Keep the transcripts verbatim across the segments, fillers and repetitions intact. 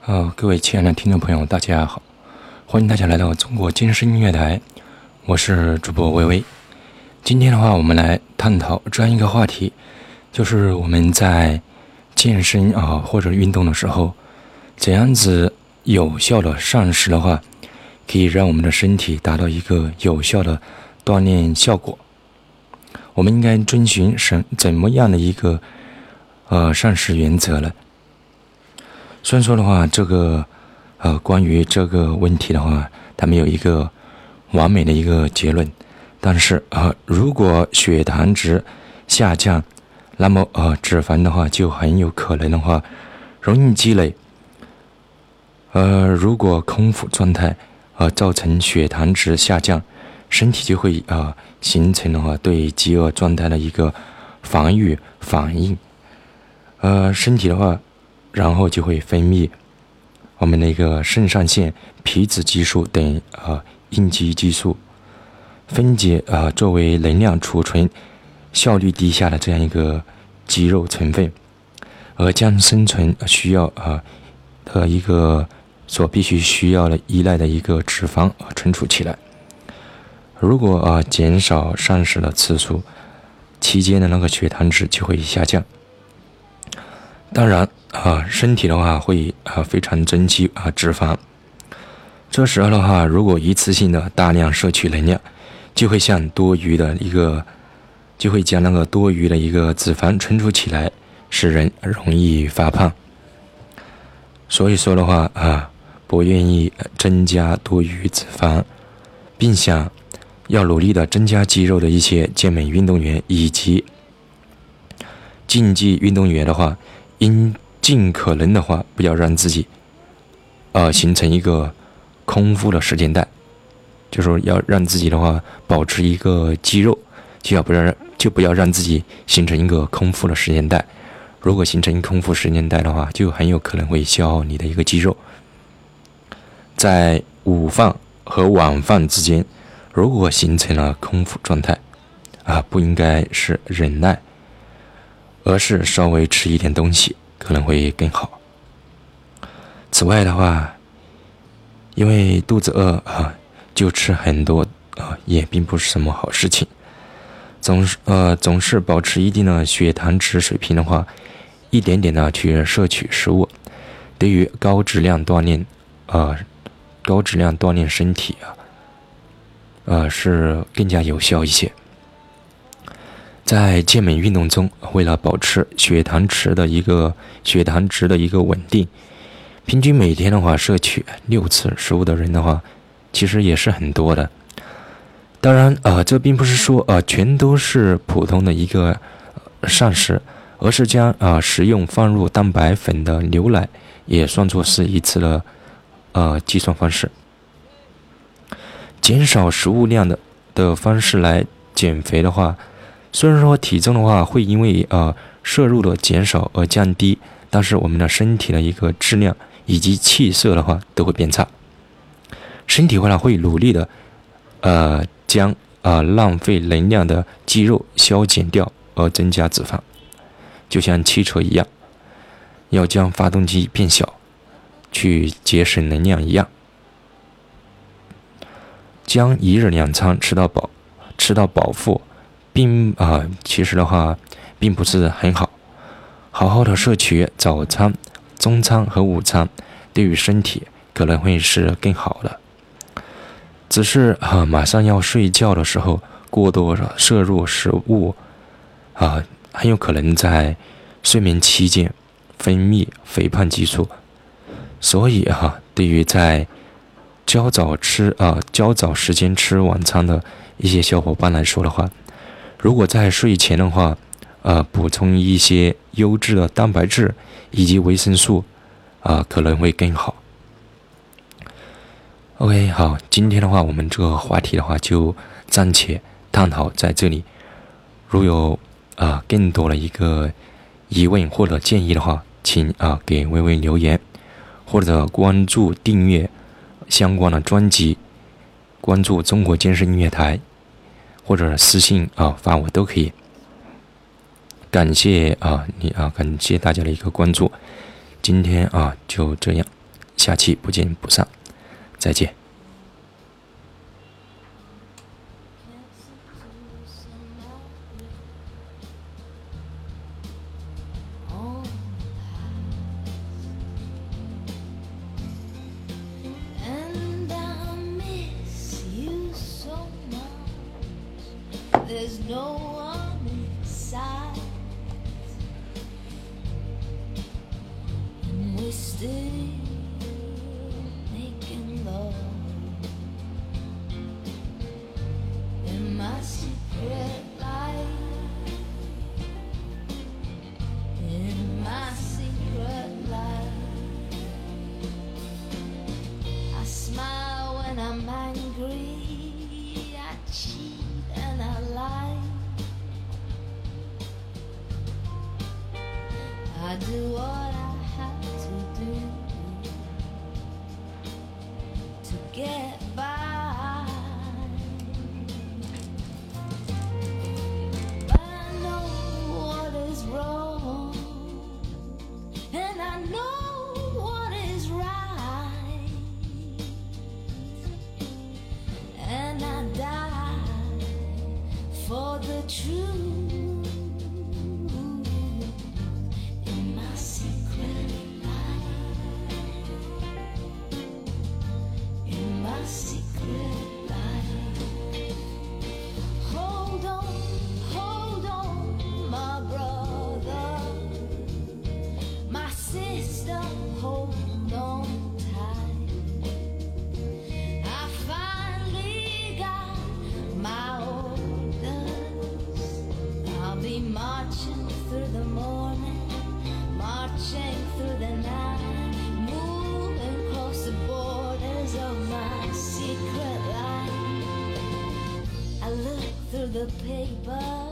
呃，各位亲爱的听众朋友，大家好，欢迎大家来到中国健身音乐台，我是主播微微。今天的话，我们来探讨这样一个话题，就是我们在健身啊、呃、或者运动的时候，怎样子有效的膳食的话，可以让我们的身体达到一个有效的锻炼效果。我们应该遵循什怎么样的一个呃膳食原则呢？虽然说的话，这个呃关于这个问题的话，它没有一个完美的一个结论。但是呃，如果血糖值下降，那么呃脂肪的话就很有可能的话容易积累。呃，如果空腹状态呃造成血糖值下降，身体就会呃形成的话对饥饿状态的一个防御反应。呃，身体的话。然后就会分泌我们的一个肾上腺、皮质激素等呃应激激素，分解呃作为能量储存效率低下的这样一个肌肉成分，而将生存需要呃的一个所必须需要的依赖的一个脂肪呃存储起来。如果呃减少膳食的次数，期间的那个血糖值就会下降。当然啊、呃，身体的话会啊、呃、非常珍惜啊、呃、脂肪。这时候的话，如果一次性的大量摄取能量，就会像多余的一个，就会将那个多余的一个脂肪存储起来，使人容易发胖。所以说的话啊，不愿意增加多余脂肪，并想要努力的增加肌肉的一些健美运动员以及竞技运动员的话。应尽可能的话，不要让自己，呃，形成一个空腹的时间带，就是要让自己的话保持一个肌肉，就要不要就不要让自己形成一个空腹的时间带。如果形成一个空腹时间带的话，就很有可能会消耗你的一个肌肉。在午饭和晚饭之间，如果形成了空腹状态，啊，不应该是忍耐。而是稍微吃一点东西可能会更好。此外的话，因为肚子饿啊，就吃很多啊，也并不是什么好事情。总是呃总是保持一定的血糖值水平的话，一点点的去摄取食物，对于高质量锻炼啊、呃、高质量锻炼身体啊，呃是更加有效一些。在健美运动中，为了保持血糖值的一个血糖值的一个稳定，平均每天的话摄取六次食物的人的话，其实也是很多的。当然，呃，这并不是说呃全都是普通的一个、呃、膳食，而是将呃食用放入蛋白粉的牛奶也算作是一次的呃计算方式。减少食物量的的方式来减肥的话。虽然说体重的话会因为呃摄入的减少而降低，但是我们的身体的一个质量以及气色的话都会变差。身体会呢会努力的呃将呃浪费能量的肌肉消减掉，而增加脂肪，就像汽车一样，要将发动机变小，去节省能量一样。将一日两餐吃到饱，吃到饱腹。并啊、呃，其实的话，并不是很好。好好的摄取早餐、中餐和午餐，对于身体可能会是更好的。只是啊、呃，马上要睡觉的时候，过多的摄入食物啊、呃，很有可能在睡眠期间分泌肥胖激素。所以啊、呃，对于在较早吃啊、呃、较早时间吃晚餐的一些小伙伴来说的话，如果在睡前的话，呃，补充一些优质的蛋白质以及维生素，啊、呃，可能会更好。OK， 好，今天的话，我们这个话题的话就暂且探讨在这里。如有啊、呃、更多的一个疑问或者建议的话，请啊、呃、给微微留言，或者关注订阅相关的专辑，关注中国健身音乐台。或者私信啊发我都可以。感谢啊你啊，感谢大家的一个关注。今天啊就这样， 下期不见不散，再见。 There's no one inside, and we're still making love in my secret life, in my secret life. I smile when I'm angry, I cheat and I lie. I do what I have to do to get by. But I know what is wrong, and I know what is right, and I die for the truth. In my secret life, in my secret life. Hold on, hold on, my brother, my sister, hold on tight. I finally got my orders. I'll be marching through the morning, marching through the night, moving across the borders of my secret life. I look through the paper,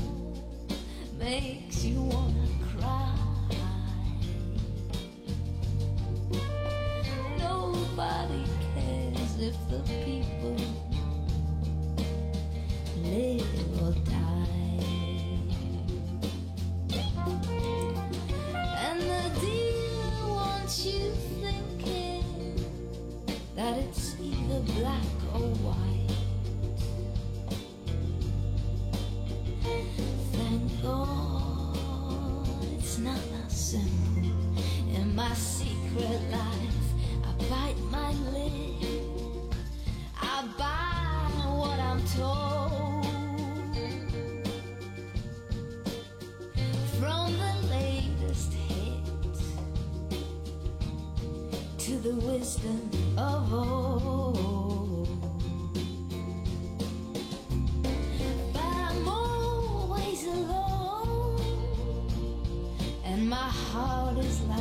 makes you wanna cry. Nobody cares if the people live or die. And the dealer wants you thinking that it's either black or white. Thank God it's not that simple. In my secret life, I bite my lip, I buy what I'm told from the latest hit to the wisdom of old. But I'm always alone, and my heart is like